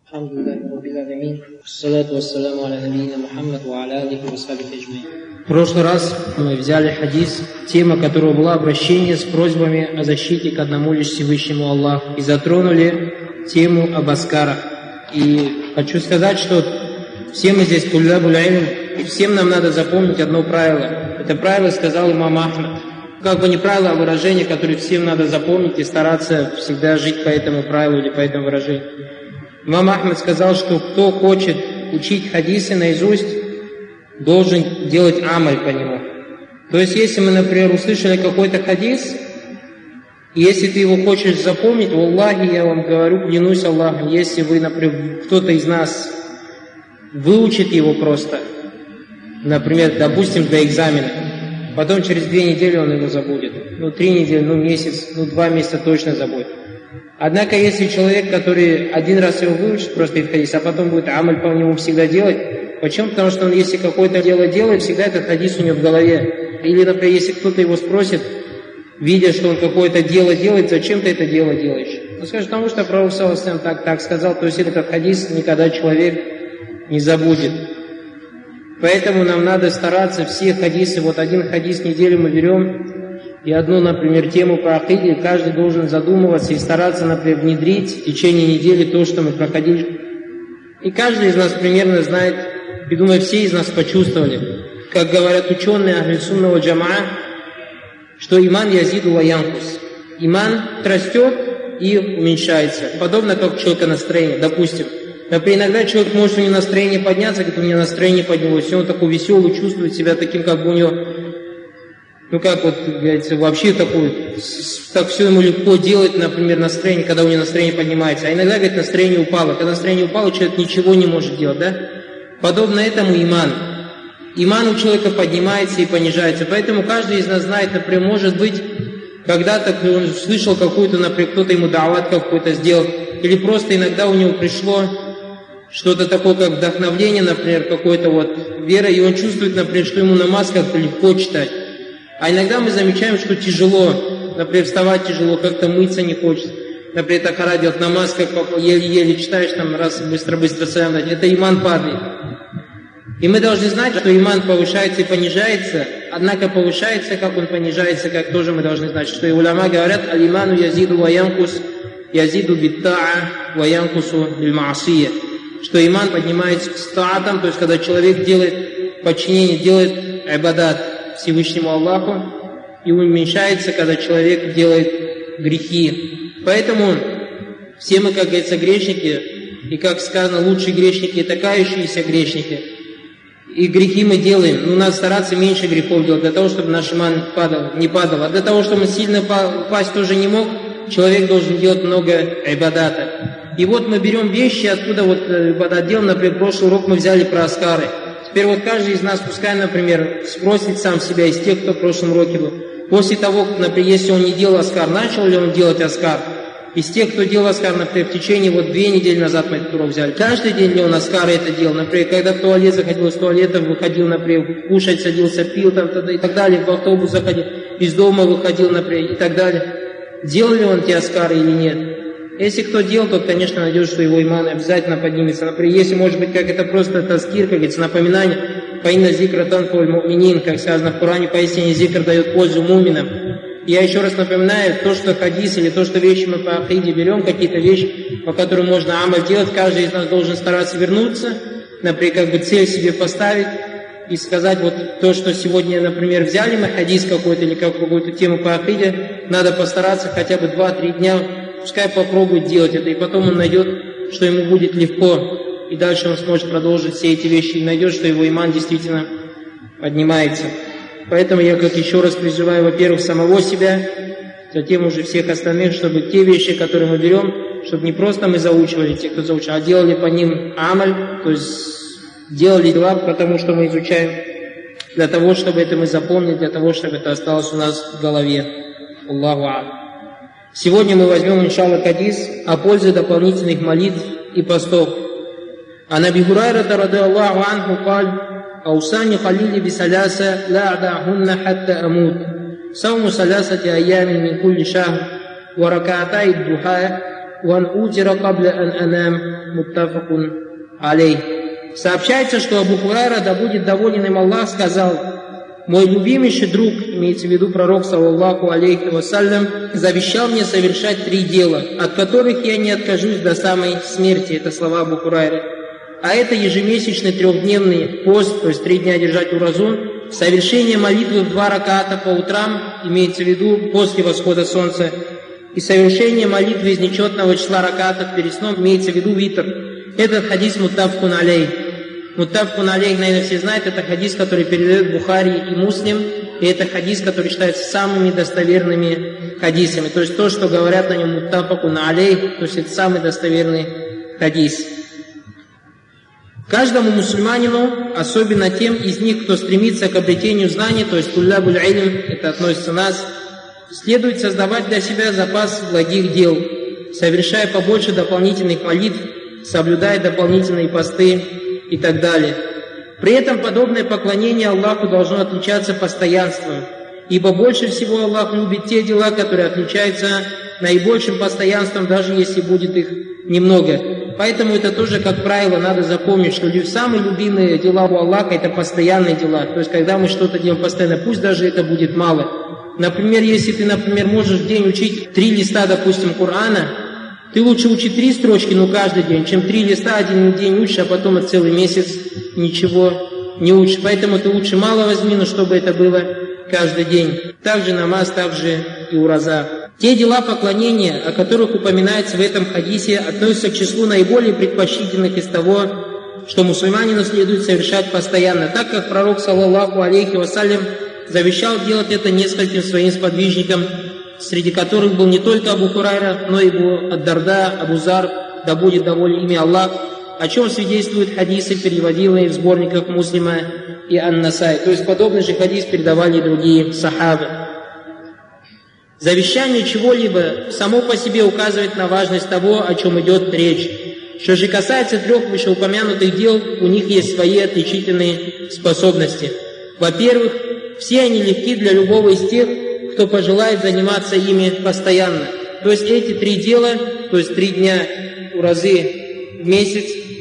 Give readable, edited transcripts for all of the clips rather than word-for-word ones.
В прошлый раз мы взяли хадис, тема которого была обращение с просьбами о защите к одному лишь Всевышнему Аллаху, и затронули тему об аскарах. И хочу сказать, что все мы здесь тулябуль илм, и всем нам надо запомнить одно правило. Это правило сказал имам Ахмад. Как бы не правило, а выражение, которое всем надо запомнить и стараться всегда жить по этому правилу или по этому выражению. Имам Ахмад сказал, что кто хочет учить хадисы наизусть, должен делать амаль по нему. То есть, если мы, например, услышали какой-то хадис, и если ты его хочешь запомнить, валлахи, я вам говорю, клянусь Аллахом, если вы, например, кто-то из нас выучит его просто, например, допустим, до экзамена, потом через 2 недели он его забудет. 3 недели, месяц, 2 месяца точно забудет. Однако, если человек, который один раз его выучит, просто этот хадис, а потом будет амаль по нему всегда делать, почему? Потому что он, если какое-то дело делает, всегда этот хадис у него в голове. Или, например, если кто-то его спросит, видя, что он какое-то дело делает, зачем ты это дело делаешь? Он скажет, потому что пророк саллаллаху так сказал, то есть этот хадис никогда человек не забудет. Поэтому нам надо стараться все хадисы, вот один хадис в неделю мы берем, и одну, например, тему по акиде, каждый должен задумываться и стараться, например, внедрить в течение недели то, что мы проходили. И каждый из нас примерно знает, и думаю, все из нас почувствовали, как говорят ученые Ахль Сунна валь Джамаа, что иман язиду ва янкус. Иман растет и уменьшается, подобно как у человека настроение. Допустим, например, иногда человек может у него настроение подняться, говорит, у меня настроение поднялось, и он такой веселый, чувствует себя таким, как бы у него, говорится, вообще такой, так все ему легко делать, например, настроение, когда у него настроение поднимается. А иногда, говорит, настроение упало. Когда настроение упало, человек ничего не может делать, да? Подобно этому иман. Иман у человека поднимается и понижается. Поэтому каждый из нас знает, например, может быть, когда-то он слышал какую-то, например, кто-то ему даават какой-то сделал, или просто иногда у него пришло что-то такое, как вдохновление, например, какой-то вера, и он чувствует, например, что ему намаз как-то легко читать. А иногда мы замечаем, что тяжело, например, вставать тяжело, как-то мыться не хочется. Например, такара делать намаз, как еле-еле читаешь, раз быстро-быстро салям дать. Это иман падает. И мы должны знать, что иман повышается и понижается, однако повышается, как он понижается, как тоже мы должны знать, что и уляма говорят, аль-иману язиду ва янкус, язиду биттаа ва янкусу биль-маасия. Что иман поднимается с таатом, то есть когда человек делает подчинение, делает ибадат Всевышнему Аллаху, и уменьшается, когда человек делает грехи. Поэтому все мы, как говорится, грешники, и как сказано, лучшие грешники – это кающиеся грешники. И грехи мы делаем, но надо стараться меньше грехов делать, для того, чтобы наш иман не падал. А для того, чтобы он сильно упасть тоже не мог, человек должен делать много ибадата. И мы берем вещи, откуда ибадат делаем. Например, в прошлый урок мы взяли про аскары. Теперь каждый из нас, пускай, например, спросит сам себя из тех, кто в прошлом уроке был. После того, например, если он не делал аскар, начал ли он делать аскар? Из тех, кто делал аскар, например, в течение 2 недели назад мы этот урок взяли. Каждый день ли он аскар это делал? Например, когда в туалет заходил, из туалета выходил, например, кушать садился, пил и так далее, в автобус заходил, из дома выходил, например, и так далее. Делал ли он эти аскары или нет? Если кто делал, то, конечно, найдет, что его иман обязательно поднимется. Например, если, может быть, как это просто тазкир, как говорится, напоминание, «Фаинна зикра танфуль му'минин», как сказано в Коране, поистине зикр дает пользу муминам. Я еще раз напоминаю, то, что хадис или то, что вещи мы по акиде берем, какие-то вещи, по которым можно амаль делать, каждый из нас должен стараться вернуться, например, цель себе поставить и сказать, то, что сегодня, например, взяли мы хадис какой-то или какую-то тему по акиде, надо постараться хотя бы 2-3 дня, пускай попробует делать это, и потом он найдет, что ему будет легко, и дальше он сможет продолжить все эти вещи, и найдет, что его иман действительно поднимается. Поэтому я еще раз призываю, во-первых, самого себя, затем уже всех остальных, чтобы те вещи, которые мы берем, чтобы не просто мы заучивали, те, кто заучил, а делали по ним амаль, то есть делали дела, потому что мы изучаем, для того, чтобы это мы запомнили, для того, чтобы это осталось у нас в голове. Аллаху а'алям. Сегодня мы возьмем, иншаллах, хадис о пользе дополнительных молитв и постов. А Аби Хурайра радиллаху анху قال: أوصاني خليلي بثلاثة لا أدعهن حتى أموت صوم ثلاثة أيام من كل شهر وركعتي الضحى وأن أوتر قبل أن أنام متفق عليه. Сообщается, что Абу Хурайра, да будет доволен им Аллах, сказал: мой любимейший друг, имеется в виду пророк, саллаллаху алейхи вассалям, завещал мне совершать 3 дела, от которых я не откажусь до самой смерти. Это слова Абу Хурайры. А это ежемесячный 3-дневный пост, то есть 3 дня держать уразу, совершение молитвы в 2 раката по утрам, имеется в виду после восхода солнца, и совершение молитвы из нечетного числа ракатов перед сном, имеется в виду витр. Этот хадис муттафкун алейх. Муттафкун алейх, наверное, все знают, это хадис, который передает Бухари и Муслим, и это хадис, который считается самыми достоверными хадисами. То есть то, что говорят на нем муттафкун алейх, то есть это самый достоверный хадис. Каждому мусульманину, особенно тем из них, кто стремится к обретению знаний, то есть туллябуль илм, это относится нас, следует создавать для себя запас благих дел, совершая побольше дополнительных молитв, соблюдая дополнительные посты и так далее. При этом подобное поклонение Аллаху должно отличаться постоянством, ибо больше всего Аллах любит те дела, которые отличаются наибольшим постоянством, даже если будет их немного. Поэтому это тоже, как правило, надо запомнить, что самые любимые дела у Аллаха – это постоянные дела. То есть, когда мы что-то делаем постоянно, пусть даже это будет мало. Например, если ты, можешь в день учить 3 листа, допустим, Корана, ты лучше учи 3 строчки, но каждый день, чем 3 листа один день учишь, а потом целый месяц ничего не учишь. Поэтому ты лучше мало возьми, но чтобы это было каждый день. Также намаз, также и ураза. Те дела поклонения, о которых упоминается в этом хадисе, относятся к числу наиболее предпочтительных из того, что мусульманину следует совершать постоянно, так как пророк, саллаллаху алейхи вассалям, завещал делать это нескольким своим сподвижникам, среди которых был не только Абу Хурайра, но и Абу ад-Дарда, Абу Зар, да будет доволен ими Аллах, о чем свидетельствуют хадисы, переводимые в сборниках Муслима и Ан-Насай. То есть подобный же хадис передавали и другие сахабы. Завещание чего-либо само по себе указывает на важность того, о чем идет речь. Что же касается 3 вышеупомянутых дел, у них есть свои отличительные способности. Во-первых, все они легки для любого из тех, кто пожелает заниматься ими постоянно. То есть эти 3 дела, то есть 3 дня уразы в месяц,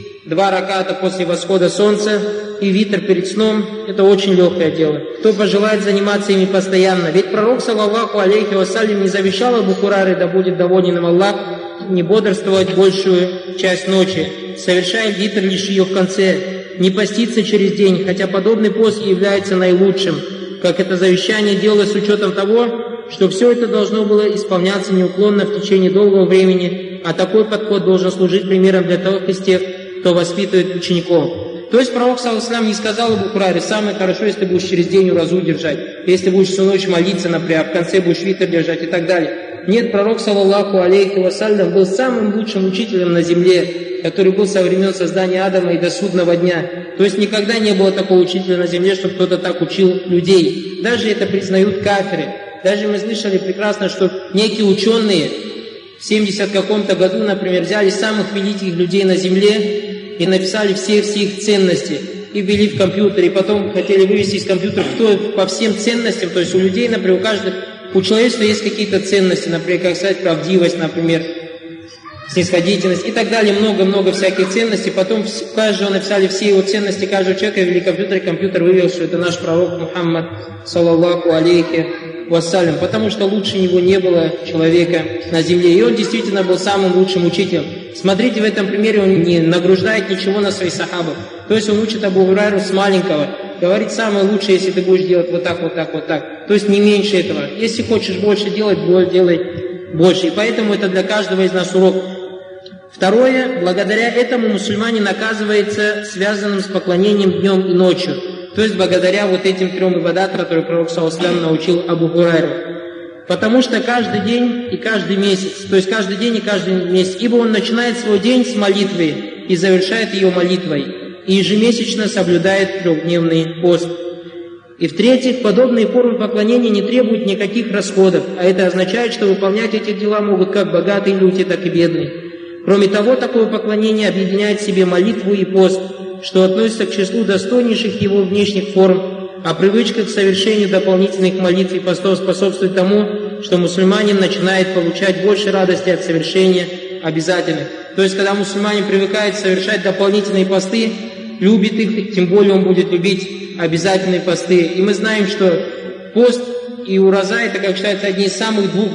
2 раката после восхода солнца и витр перед сном, это очень легкое дело. Кто пожелает заниматься ими постоянно. Ведь пророк, саллаллаху алейхи вассалям, не завещал Абу Хурайре, да будет доволен им Аллах, не бодрствовать большую часть ночи, совершая витр лишь ее в конце, не поститься через день, хотя подобный пост является наилучшим, как это завещание делалось с учетом того, что все это должно было исполняться неуклонно в течение долгого времени, а такой подход должен служить примером для того из тех, кто воспитывает учеников. То есть пророк, саллаллаху алейхи, не сказал Абу Хурайре: самое хорошо, если ты будешь через день уразу держать, если будешь всю ночь молиться, например, а в конце будешь витр держать и так далее. Нет, пророк, саллаллаху алейхи вассалям, был самым лучшим учителем на земле, который был со времен создания Адама и до судного дня. То есть никогда не было такого учителя на земле, чтобы кто-то так учил людей. Даже это признают кафиры. Даже мы слышали прекрасно, что некие ученые в 70 каком-то году, например, взяли самых великих людей на земле и написали все их ценности, и ввели в компьютер, и потом хотели вывести из компьютера, кто по всем ценностям, то есть у людей, например, у человечества есть какие-то ценности, например, как сказать, правдивость, например, снисходительность и так далее, много-много всяких ценностей. Потом каждого написали все его ценности каждого человека, ввели компьютер, и компьютер вывел, что это наш пророк Мухаммад, саллаллаху алейхи вассалям, потому что лучше него не было человека на земле. И он действительно был самым лучшим учителем. Смотрите, в этом примере он не нагруждает ничего на своих сахабов. То есть он учит Абу Хурайру с маленького. Говорит, самое лучшее, если ты будешь делать вот так, вот так, вот так. То есть не меньше этого. Если хочешь больше делать, делай больше. И поэтому это для каждого из нас урок. Второе, благодаря этому мусульманин оказывается связанным с поклонением днем и ночью. То есть благодаря вот этим 3 ибадатам, которые пророк саллаллаху алейхи научил Абу Хурайру. Потому что каждый день и каждый месяц, то есть каждый день и каждый месяц, ибо он начинает свой день с молитвы и завершает ее молитвой, и ежемесячно соблюдает 3-дневный пост. И в-третьих, подобные формы поклонения не требуют никаких расходов, а это означает, что выполнять эти дела могут как богатые люди, так и бедные. Кроме того, такое поклонение объединяет в себе молитву и пост, что относится к числу достойнейших его внешних форм, а привычка к совершению дополнительных молитв и постов способствует тому, что мусульманин начинает получать больше радости от совершения обязательных. То есть, когда мусульманин привыкает совершать дополнительные посты, любит их, тем более он будет любить обязательные посты. И мы знаем, что пост и ураза, это, как считается, одни из самых двух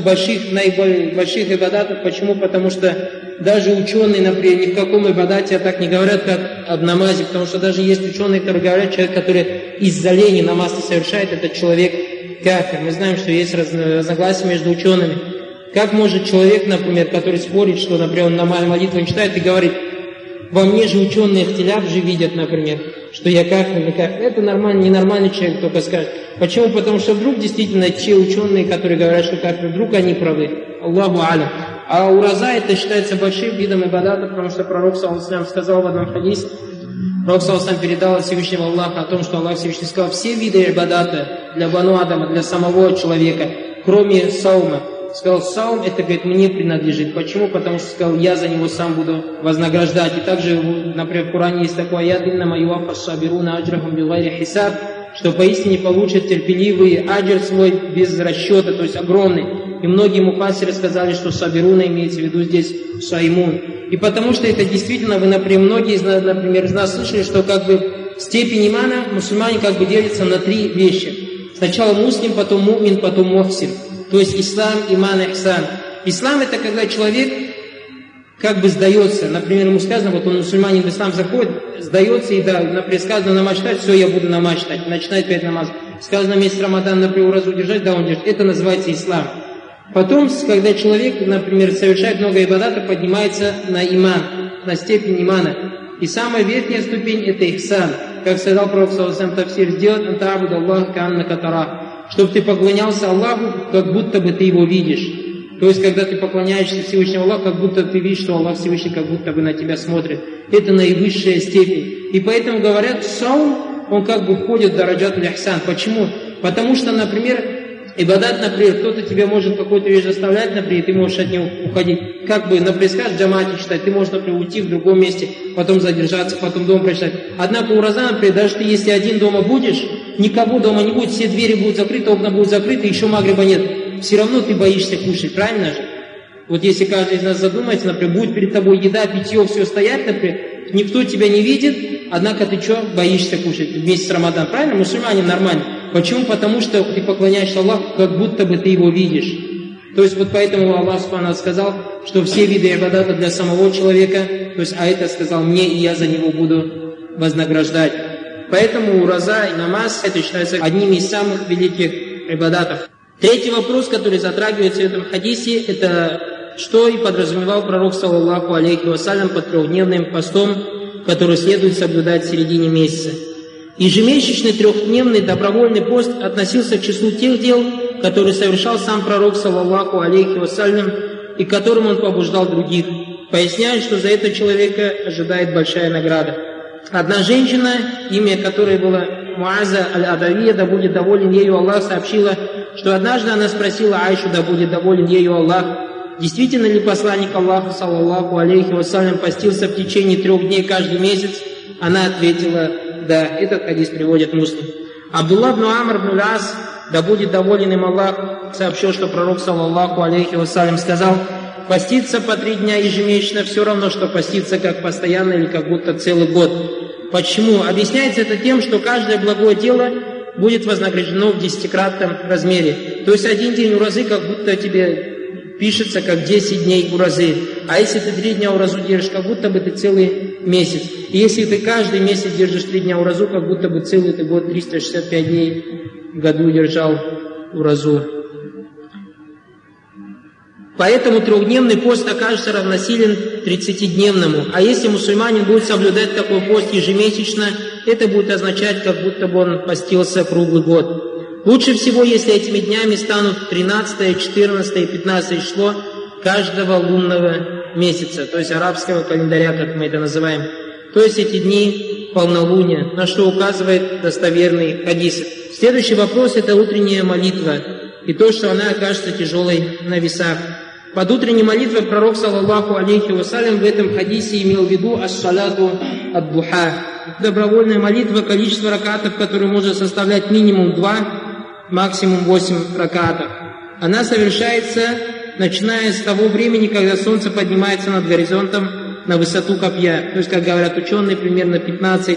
наибольших ибадатов. Почему? Потому что даже ученые, например, ни в каком ибадате так не говорят, как об намазе, потому что даже есть ученые, которые говорят, человек, который из-за лени намаз не совершает, это человек кафир. Мы знаем, что есть разногласия между учеными. Как может человек, например, который спорит, что, например, он молитву не читает и говорит, во мне же ученые ихтиляф же видят, например, что я кафир или кафир. Это нормальный, ненормальный человек только скажет. Почему? Потому что вдруг действительно те ученые, которые говорят, что кафир, вдруг они правы. Аллаху алям. А ураза это считается большим видом ибадата, потому что пророк ﷺ сказал в одном хадисе, пророк ﷺ передал от Всевышнего Аллаха о том, что Аллах Всевышний сказал, все виды ибадата для бану Адама, для самого человека, кроме саума. Сказал, саум это, говорит, мне принадлежит. Почему? Потому что сказал, я за него сам буду вознаграждать. И также, например, в Коране есть такой аят, «Иннама юаффа ас-сабируна аджрахум бигайри хисаб», что поистине получат терпеливый аджр свой без расчета, то есть огромный. И многие муфассиры сказали, что сабируна имеется в виду здесь саймун. И потому что это действительно, вы, например, многие из нас слышали, что как бы степень имана мусульмане как бы делятся на три вещи. Сначала муслим, потом мумин, потом мухсин. То есть ислам, иман, ихсан. Ислам это когда человек как бы сдается. Например, ему сказано, вот он мусульманин в ислам заходит, сдается и да, например, сказано намаз читать, все, я буду намаз читать, начинает пять намаз. Сказано месяц Рамадан, например, уразу держать, да, он держит. Это называется ислам. Потом, когда человек, например, совершает много ибадатов, поднимается на иман, на степень имана. И самая верхняя ступень это ихсан. Как сказал пророк ﷺ тафсир, сделать антаабуд Аллах кааннака тарах. Чтобы ты поклонялся Аллаху, как будто бы ты его видишь. То есть, когда ты поклоняешься Всевышнему Аллаху, как будто ты видишь, что Аллах Всевышний как будто бы на тебя смотрит. Это наивысшая степень. И поэтому говорят, саум, он как бы входит в дараджат аль-ихсан. Почему? Потому что, например, ибадат, например, кто-то тебя может какую-то вещь заставлять, например, ты можешь от него уходить. Как бы, например, скажешь джамате читать, ты можешь, например, уйти в другом месте, потом задержаться, потом дома прочитать. Однако ураза, например, даже ты если один дома будешь, никого дома не будет, все двери будут закрыты, окна будут закрыты, еще магриба нет. Все равно ты боишься кушать, правильно же? Вот если каждый из нас задумается, например, будет перед тобой еда, питье, все стоять, например, никто тебя не видит, однако ты что, боишься кушать вместе с Рамадан, правильно? Мусульманин нормально. Почему? Потому что ты поклоняешься Аллаху, как будто бы ты его видишь. То есть вот поэтому Аллах Субхану сказал, что все виды ибадата для самого человека, то есть, а это сказал мне, и я за него буду вознаграждать. Поэтому ураза и намаз, это считается одними из самых великих ибадатов. Третий вопрос, который затрагивается в этом хадисе, это что и подразумевал пророк, саллаллаху алейхи вассалям, под трехдневным постом, который следует соблюдать в середине месяца. Ежемесячный трехдневный добровольный пост относился к числу тех дел, которые совершал сам пророк, саллаллаху алейхи вассалям, и которым он побуждал других, поясняя, что за это человека ожидает большая награда. Одна женщина, имя которой было Муаза аль-Адавия, да будет доволен ею Аллах, сообщила, что однажды она спросила Айшу, да будет доволен ею Аллах, действительно ли посланник Аллаха, саллаллаху алейхи вассалям, постился в течение 3 дней каждый месяц? Она ответила, да, этот хадис приводит Муслим. Абдулла ибн Амр ибн Ас, да будет доволен им Аллах, сообщил, что пророк, саллаллаху алейхи вассалям, сказал, поститься по 3 дня ежемесячно все равно, что поститься как постоянно или как будто целый год. Почему? Объясняется это тем, что каждое благое дело будет вознаграждено в 10-кратном размере. То есть 1 день уразы как будто тебе пишется как 10 дней уразы. А если ты 3 дня уразу держишь, как будто бы ты целый месяц. И если ты каждый месяц держишь 3 дня уразу, как будто бы целый ты год 365 дней в году держал уразу. Поэтому 3-дневный пост окажется равносилен 30-дневному. А если мусульманин будет соблюдать такой пост ежемесячно, это будет означать, как будто бы он постился круглый год. Лучше всего, если этими днями станут 13, 14 и 15 число каждого лунного месяца, то есть арабского календаря, как мы это называем. То есть эти дни полнолуния, на что указывает достоверный хадис. Следующий вопрос – это утренняя молитва и то, что она окажется тяжелой на весах. Под утренней молитвой пророк, саллаллаху алейхи вассалям, в этом хадисе имел в виду ас-салату ад-духа. Добровольная молитва, количество ракатов, которое может составлять минимум 2, максимум 8 ракатов. Она совершается начиная с того времени, когда солнце поднимается над горизонтом на высоту копья, то есть, как говорят ученые, примерно 15-20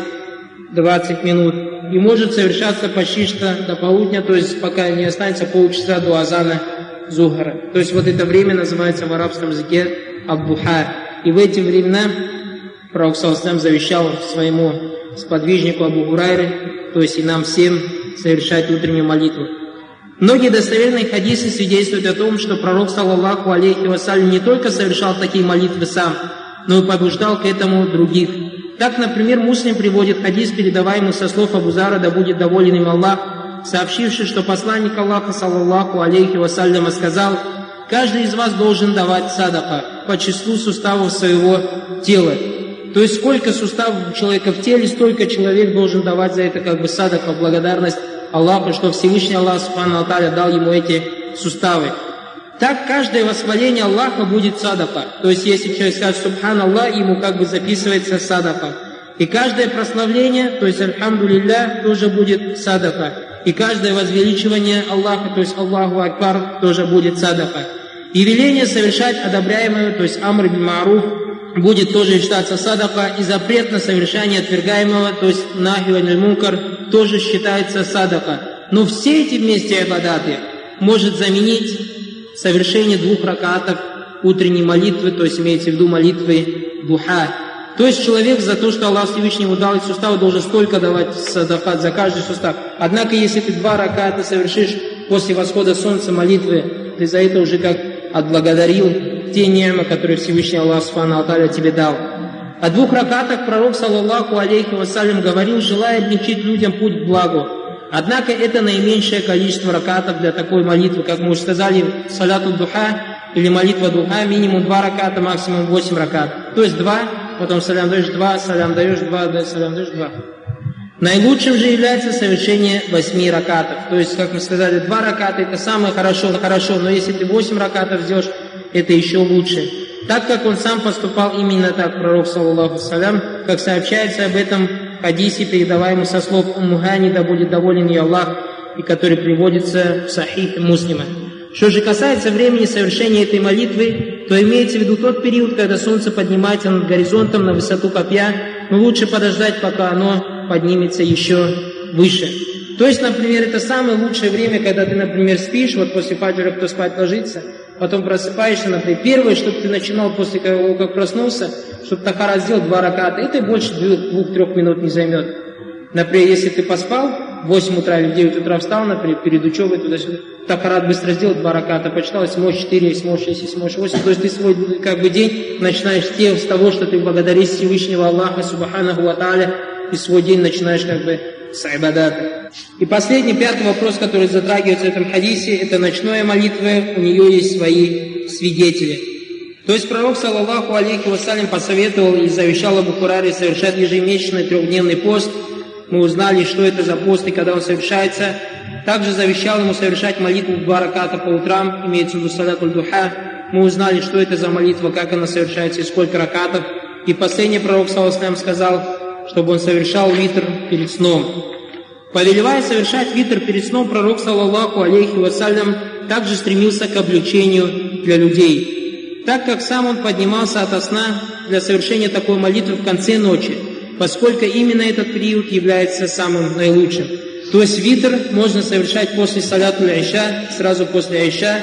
минут, и может совершаться почти что до полудня, то есть пока не останется полчаса до азана зухра. То есть вот это время называется в арабском языке ад-духа. И в эти времена Пророк ﷺ завещал своему сподвижнику Абу Гурайре, то есть и нам всем, совершать утреннюю молитву. Многие достоверные хадисы свидетельствуют о том, что Пророк саллаллаху алейхи вассалям не только совершал такие молитвы сам, но и побуждал к этому других. Так, например, Муслим приводит хадис, передаваемый со слов Абу Зара, да будет доволен им Аллах, сообщивший, что посланник Аллаха саллаллаху алейхи вассаляма сказал: «Каждый из вас должен давать садака по числу суставов своего тела». То есть сколько суставов у человека в теле, столько человек должен давать за это как бы садака, благодарность Аллаху, что Всевышний Аллах Субхану ва Тааля дал ему эти суставы. Так каждое восхваление Аллаха будет садака. То есть если человек скажет «Субхан Аллах», ему как бы записывается садака. И каждое прославление, то есть «Альхамдулилля», тоже будет садака. И каждое возвеличивание Аллаха, то есть «Аллаху Акбар», тоже будет садака. И веление совершать одобряемое, то есть «Амр бин Ма'руф», будет тоже считаться садака, и запрет на совершение отвергаемого, то есть «Нахи ваниль мункар», тоже считается садака. Но все эти вместе ибадаты может заменить совершение 2 ракатов утренней молитвы, то есть имеется в виду молитвы духа. То есть человек за то, что Аллах Всевышний ему дал эти суставы, должен столько давать садакат за каждый сустав. Однако, если ты 2 раката совершишь после восхода солнца молитвы, ты за это уже как отблагодарил те ни'мы, которые Всевышний Аллах Субхану ва Тааля тебе дал. О 2 ракатах пророк, саллаллаху алейхи вассалям, говорил, желая облегчить людям путь к благу. Однако это наименьшее количество ракатов для такой молитвы, как мы уже сказали, саляту духа или молитва духа, минимум 2 раката, максимум 8 ракат. То есть 2, потом салям даешь 2, салям даешь 2, да, салям даешь 2. Наилучшим же является совершение 8 ракатов. То есть, как мы сказали, 2 раката это самое хорошо, но если ты 8 ракатов сделаешь, это еще лучше. Так как он сам поступал именно так, пророк, саллаллаху салям, как сообщается об этом в хадисе, передаваемом со слов Умму Гани, да будет доволен ей Аллах, и который приводится в Сахих Муслима. Что же касается времени совершения этой молитвы, то имеется в виду тот период, когда солнце поднимается над горизонтом на высоту копья, но лучше подождать, пока оно поднимется еще выше. То есть, например, это самое лучшее время, когда ты, например, спишь, вот после фаджра кто спать ложится, потом просыпаешься, например, первое, чтобы ты начинал после того, как проснулся, чтобы тахарат сделал 2 раката, это больше 2-3 минут не займет. Например, если ты поспал, в 8 утра или в 9 утра встал, например, перед учебой туда-сюда, тахарат быстро сделал 2 раката, почитал, если можешь 4, если можешь 6, если можешь 8, то есть ты свой как бы день начинаешь с того, что ты благодаришь Всевышнего Аллаха, Субханаху ва Тааля, и свой день начинаешь как бы с ибадата. И последний, 5-й вопрос, который затрагивается в этом хадисе, это ночная молитва, у нее есть свои свидетели. То есть пророк, саллаллаху алейхи вассалям, посоветовал и завещал Абу Хурайре совершать ежемесячный 3-дневный пост. Мы узнали, что это за пост и когда он совершается. Также завещал ему совершать молитву 2 раката по утрам, имеется в виду салатуль духа. Мы узнали, что это за молитва, как она совершается и сколько ракатов. И последний пророк, саллаллаху алейхи вассалям, сказал, чтобы он совершал витр перед сном. Повелевая совершать витр перед сном, пророк, саллаллаху алейхи вассалям, также стремился к облегчению для людей, так как сам он поднимался ото сна для совершения такой молитвы в конце ночи, поскольку именно этот период является самым наилучшим. То есть витр можно совершать после салятуль иша, сразу после айша,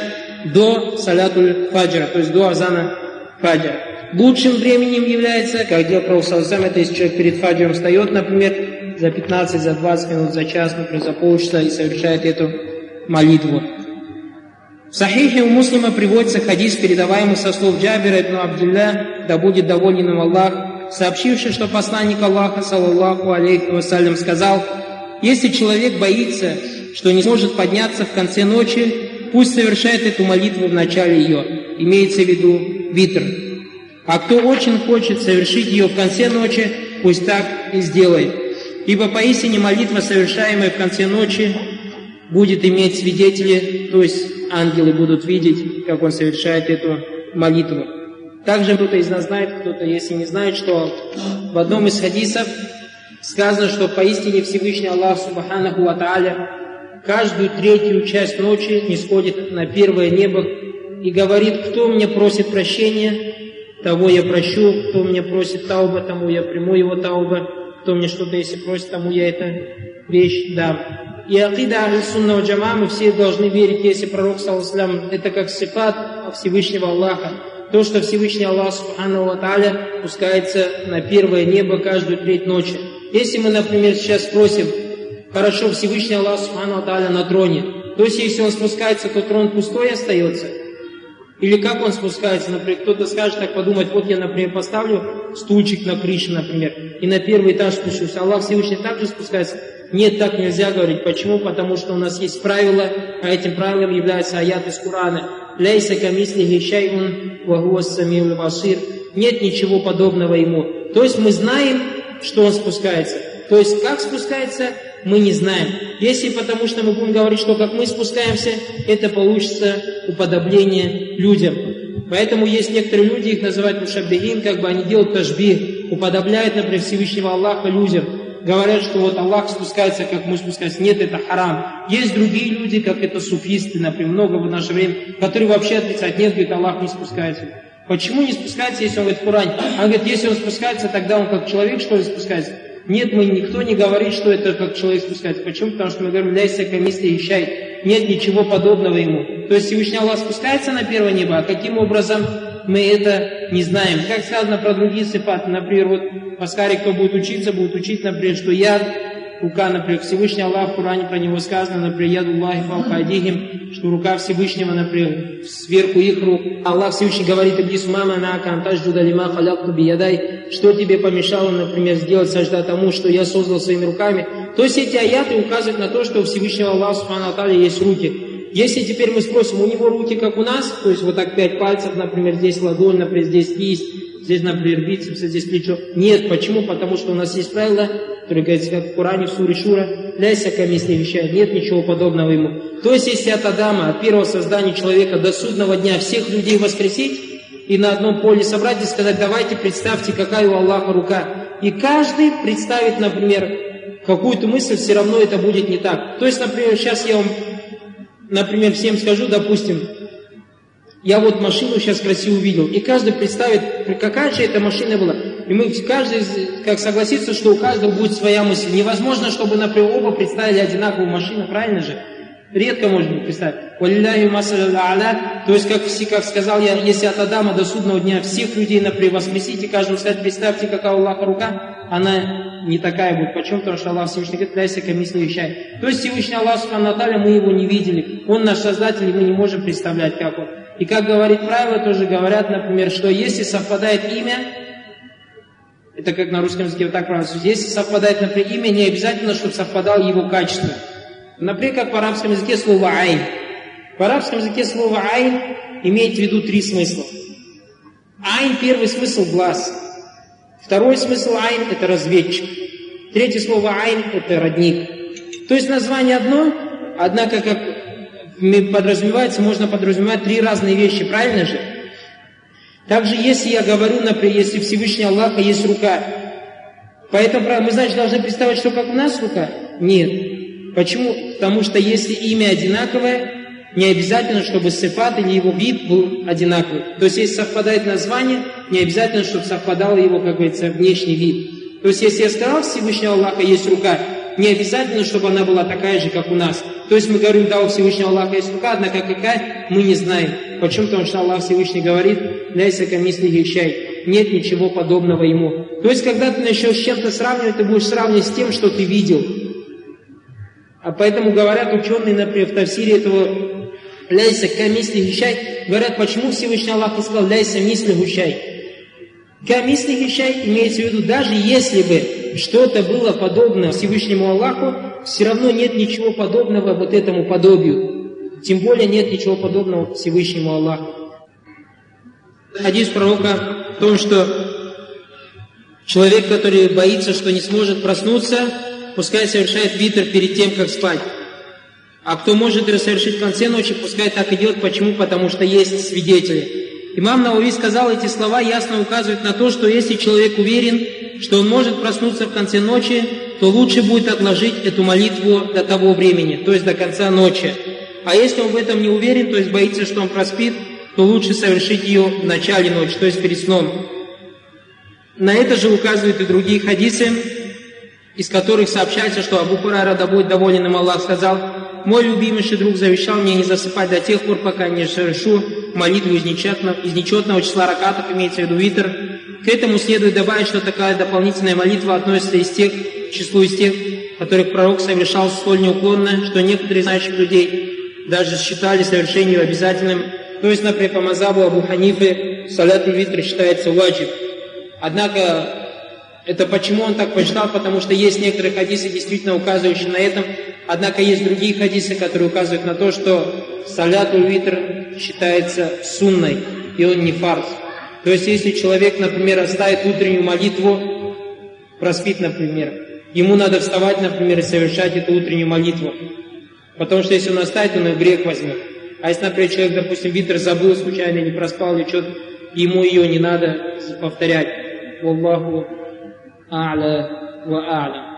до салятуль фаджра, то есть до азана фаджра. Лучшим временем является, как делал пророк саллаллаху алейхи, это если человек перед фаджром встает, например, за 15, за 20 минут, за час, например, за полчаса и совершает эту молитву. В Сахихе у Муслима приводится хадис, передаваемый со слов Джабира ибн Абдулля, да будет доволен им Аллах, сообщивший, что посланник Аллаха, саллаллаху алейхи вассалям, сказал: если человек боится, что не сможет подняться в конце ночи, пусть совершает эту молитву в начале ее, имеется в виду витр. А кто очень хочет совершить ее в конце ночи, пусть так и сделает. Ибо поистине молитва, совершаемая в конце ночи, будет иметь свидетелей, то есть ангелы будут видеть, как он совершает эту молитву. Также кто-то из нас знает, кто-то, если не знает, что в одном из хадисов сказано, что поистине Всевышний Аллах Субханаху ва Тааля каждую 3-ю часть ночи нисходит на первое небо и говорит: кто меня просит прощения, того я прощу, кто меня просит тауба, тому я приму его тауба, кто мне что-то если просит, тому я эту вещь дам. И акида аль-сунна валь джама, мы все должны верить, если пророк саллаллаху алейхи ва саллям, это как сифат Всевышнего Аллаха, то, что Всевышний Аллах субхану ва тааля спускается на первое небо каждую треть ночи. Если мы, например, сейчас спросим: хорошо, Всевышний Аллах субхану ва тааля на троне, то есть если он спускается, то трон пустой остается? Или как он спускается? Например, кто-то скажет так подумать: вот я, например, поставлю стульчик на крыше, например, и на первый этаж спущусь. Аллах Всевышний также спускается? Нет, так нельзя говорить. Почему? Потому что у нас есть правило, а этим правилом является аят из Корана. «Ляйса камислихи шайун ва хуа ас-самиуль басир». Нет ничего подобного ему. То есть мы знаем, что он спускается. То есть как спускается, мы не знаем. Если потому что мы будем говорить, что как мы спускаемся, это получится уподобление людям. Поэтому есть некоторые люди, их называют мушаббихин, как бы они делают ташбих, уподобляют, например, Всевышнего Аллаха людям. Говорят, что вот Аллах спускается, как мы спускаемся. Нет, это харам. Есть другие люди, как это суфисты, например, много в наше время, которые вообще отрицают. Нет, говорит, Аллах не спускается. Почему не спускается, если он говорит в Коране? Он говорит, если он спускается, тогда он как человек, что ли, спускается? Нет, никто не говорит, что это как человек спускается. Почему? Потому что мы говорим: «Ляйся камислихи шай». Нет ничего подобного ему. То есть Всевышний Аллах спускается на первое небо, а каким образом мы это не знаем. Как сказано про другие сифаты, например, вот в Аскаре, кто будет учить, например, что яд, рука, например, Всевышний Аллах в Коране про него сказано, например, ядуллахи фаука айдихим, что рука Всевышнего, например, сверху их рук. Аллах Всевышний говорит: «Иблис мама нака антаждуда лима халякту биядай». Что тебе помешало, например, сделать сажда тому, что я создал своими руками? То есть эти аяты указывают на то, что у Всевышнего Аллаха субхану ва тааля есть руки. Если теперь мы спросим, у него руки как у нас, то есть вот так 5 пальцев, например, здесь ладонь, например, здесь кисть, здесь, например, бицепс, здесь плечо. Нет, почему? Потому что у нас есть правило, которое говорится как в Коране, в суре Шура: «Ляйся камислихи шай». Нет ничего подобного ему. То есть если от Адама, от первого создания человека до судного дня всех людей воскресить и на одном поле собрать и сказать: давайте представьте, какая у Аллаха рука. И каждый представит, например, какую-то мысль, все равно это будет не так. То есть, например, сейчас я вам, например, всем скажу, допустим, я вот машину сейчас красиво увидел, и каждый представит, какая же эта машина была. И мы каждый как согласится, что у каждого будет своя мысль. Невозможно, чтобы, например, оба представили одинаковую машину, правильно же? Редко можно представить. То есть, как сказал я, если от Адама до судного дня всех людей, например, воскресите, каждому сказать: представьте, какая у Аллаха рука, она не такая будет. Почему? Потому что Аллах Всевышний говорит: «Ляйся камислихи шай». То есть Всевышний Аллах субхану ва тааля, мы его не видели. Он наш Создатель, и мы не можем представлять, как он. И как говорит правило, тоже говорят, например, что если совпадает имя, это как на русском языке вот так правильно, если совпадает, например, имя, не обязательно, чтобы совпадало его качество. Например, как в арабском языке слово «айн». В арабском языке слово «айн» имеет в виду 3 смысла. «Айн» — первый смысл — глаз. Второй смысл «айн» — это разведчик. Третье слово «айн» — это родник. То есть название одно, однако, как подразумевается, можно подразумевать 3 разные вещи, правильно же? Также, если я говорю, например, если Всевышний Аллаха есть рука, поэтому мы, значит, должны представить, что как у нас рука? Нет. Почему? Потому что если имя одинаковое, не обязательно, чтобы сифат или его вид был одинаковый. То есть, если совпадает название, не обязательно, чтобы совпадал его, как говорится, внешний вид. То есть, если я сказал, Всевышнего Аллаха есть рука, не обязательно, чтобы она была такая же, как у нас. То есть, мы говорим: да, у Всевышнего Аллаха есть рука, однако какая, мы не знаем. Почему? Потому что Аллах Всевышний говорит: «Ляйся камислихи шай». Нет ничего подобного ему. То есть, когда ты начнешь с чем-то сравнивать, ты будешь сравнивать с тем, что ты видел. А поэтому говорят ученые, например, в тафсире этого «Ляйся камислихи шай», говорят, почему Всевышний Аллах не сказал «Ляйся мислихи шай». Камислихи шай имеется в виду, даже если бы что-то было подобно Всевышнему Аллаху, все равно нет ничего подобного вот этому подобию. Тем более нет ничего подобного Всевышнему Аллаху. Хадис пророка в том, что человек, который боится, что не сможет проснуться, пускай совершает витр перед тем, как спать. А кто может это совершить в конце ночи, пускай так и делает. Почему? Потому что есть свидетели. Имам Науави сказал, эти слова ясно указывают на то, что если человек уверен, что он может проснуться в конце ночи, то лучше будет отложить эту молитву до того времени, то есть до конца ночи. А если он в этом не уверен, то есть боится, что он проспит, то лучше совершить ее в начале ночи, то есть перед сном. На это же указывают и другие хадисы, из которых сообщается, что Абу Хурайра, да будет доволен им Аллах, сказал: «Мой любимейший друг завещал мне не засыпать до тех пор, пока не совершу молитву из нечетного числа ракатов, имеется в виду витр». К этому следует добавить, что такая дополнительная молитва относится к числу из тех, которых пророк совершал столь неуклонно, что некоторые знающих людей даже считали совершение обязательным. То есть, например, по мазхабу Абу Ханифы салятуль витр считается ваджиб. Однако, это почему он так посчитал? Потому что есть некоторые хадисы, действительно указывающие на этом. Однако есть другие хадисы, которые указывают на то, что салятуль витр считается сунной, и он не фарз. То есть, если человек, например, оставит утреннюю молитву, проспит, например, ему надо вставать, например, и совершать эту утреннюю молитву. Потому что если он оставит, он и грех возьмет. А если, например, человек, допустим, витр забыл случайно или проспал, или что-то, ему ее не надо повторять. Wallahu a'la wa a'lam.